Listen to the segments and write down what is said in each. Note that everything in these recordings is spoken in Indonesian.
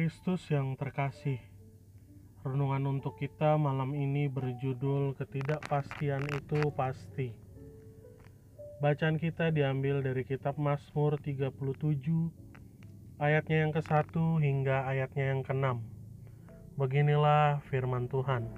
Kristus yang terkasih, renungan untuk kita malam ini berjudul Ketidakpastian itu Pasti. Bacaan kita diambil dari kitab Mazmur 37, ayatnya yang ke-1 hingga ayatnya yang ke-6. Beginilah firman Tuhan.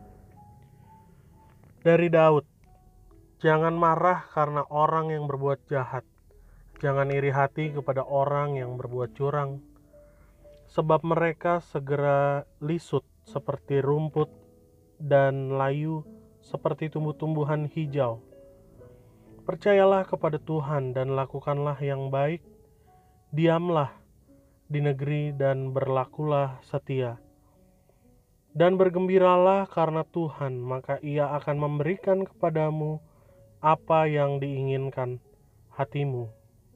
Dari Daud, jangan marah karena orang yang berbuat jahat. Jangan iri hati kepada orang yang berbuat curang, sebab mereka segera lisut seperti rumput dan layu seperti tumbuh-tumbuhan hijau. Percayalah kepada Tuhan dan lakukanlah yang baik. Diamlah di negeri dan berlakulah setia. Dan bergembiralah karena Tuhan, maka Ia akan memberikan kepadamu apa yang diinginkan hatimu.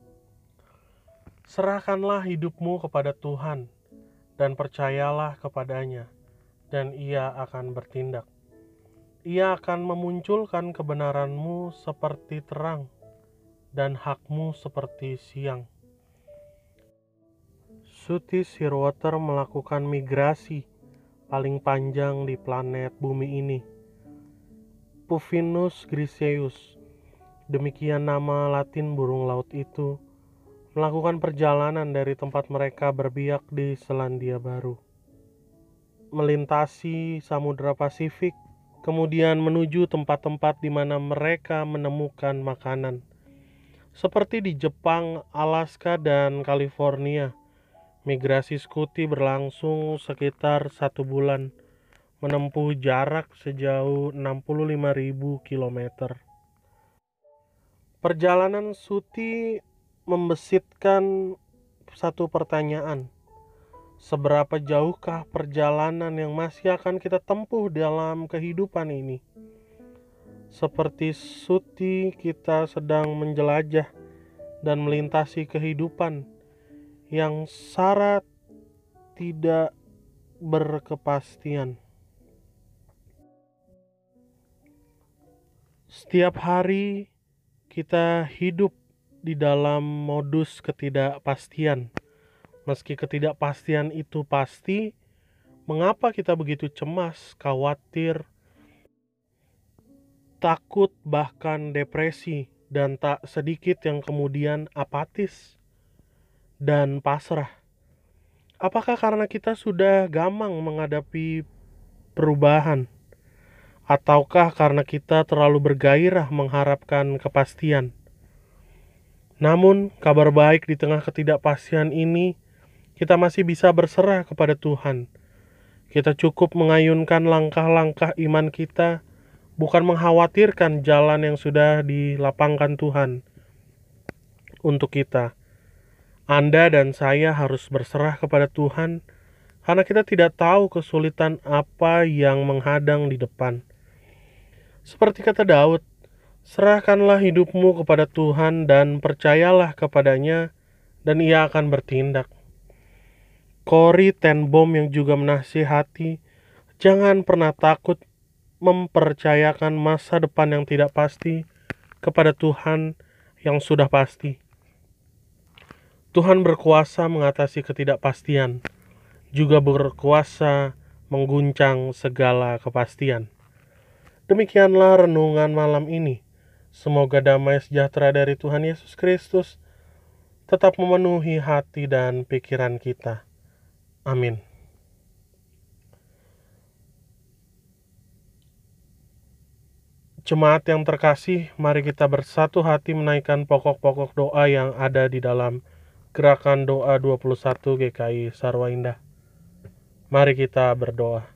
Serahkanlah hidupmu kepada Tuhan dan percayalah kepadanya, dan Ia akan bertindak. Ia akan memunculkan kebenaranmu seperti terang dan hakmu seperti siang. Suti Shearwater melakukan migrasi paling panjang di planet bumi ini. Puffinus griseus, demikian nama Latin burung laut itu, melakukan perjalanan dari tempat mereka berbiak di Selandia Baru, melintasi Samudra Pasifik, kemudian menuju tempat-tempat di mana mereka menemukan makanan. Seperti di Jepang, Alaska, dan California, migrasi skuti berlangsung sekitar 1 bulan, menempuh jarak sejauh 65.000 km. Perjalanan Suti membesitkan satu pertanyaan. Seberapa jauhkah perjalanan yang masih akan kita tempuh dalam kehidupan ini? Seperti Suti, kita sedang menjelajah dan melintasi kehidupan yang syarat tidak berkepastian. Setiap hari kita hidup di dalam modus ketidakpastian. Meski ketidakpastian itu pasti, mengapa kita begitu cemas, khawatir, takut, bahkan depresi, dan tak sedikit yang kemudian apatis dan pasrah? Apakah karena kita sudah gamang menghadapi perubahan? Ataukah karena kita terlalu bergairah mengharapkan kepastian? Namun, kabar baik di tengah ketidakpastian ini, kita masih bisa berserah kepada Tuhan. Kita cukup mengayunkan langkah-langkah iman kita, bukan mengkhawatirkan jalan yang sudah dilapangkan Tuhan untuk kita. Anda dan saya harus berserah kepada Tuhan, karena kita tidak tahu kesulitan apa yang menghadang di depan. Seperti kata Daud, serahkanlah hidupmu kepada Tuhan dan percayalah kepadanya, dan Ia akan bertindak. Corrie ten Boom yang juga menasihati, jangan pernah takut mempercayakan masa depan yang tidak pasti kepada Tuhan yang sudah pasti. Tuhan berkuasa mengatasi ketidakpastian, juga berkuasa mengguncang segala kepastian. Demikianlah renungan malam ini. Semoga damai sejahtera dari Tuhan Yesus Kristus tetap memenuhi hati dan pikiran kita. Amin. Jemaat yang terkasih, mari kita bersatu hati menaikkan pokok-pokok doa yang ada di dalam Gerakan Doa 21 GKI Sarwa Indah. Mari kita berdoa.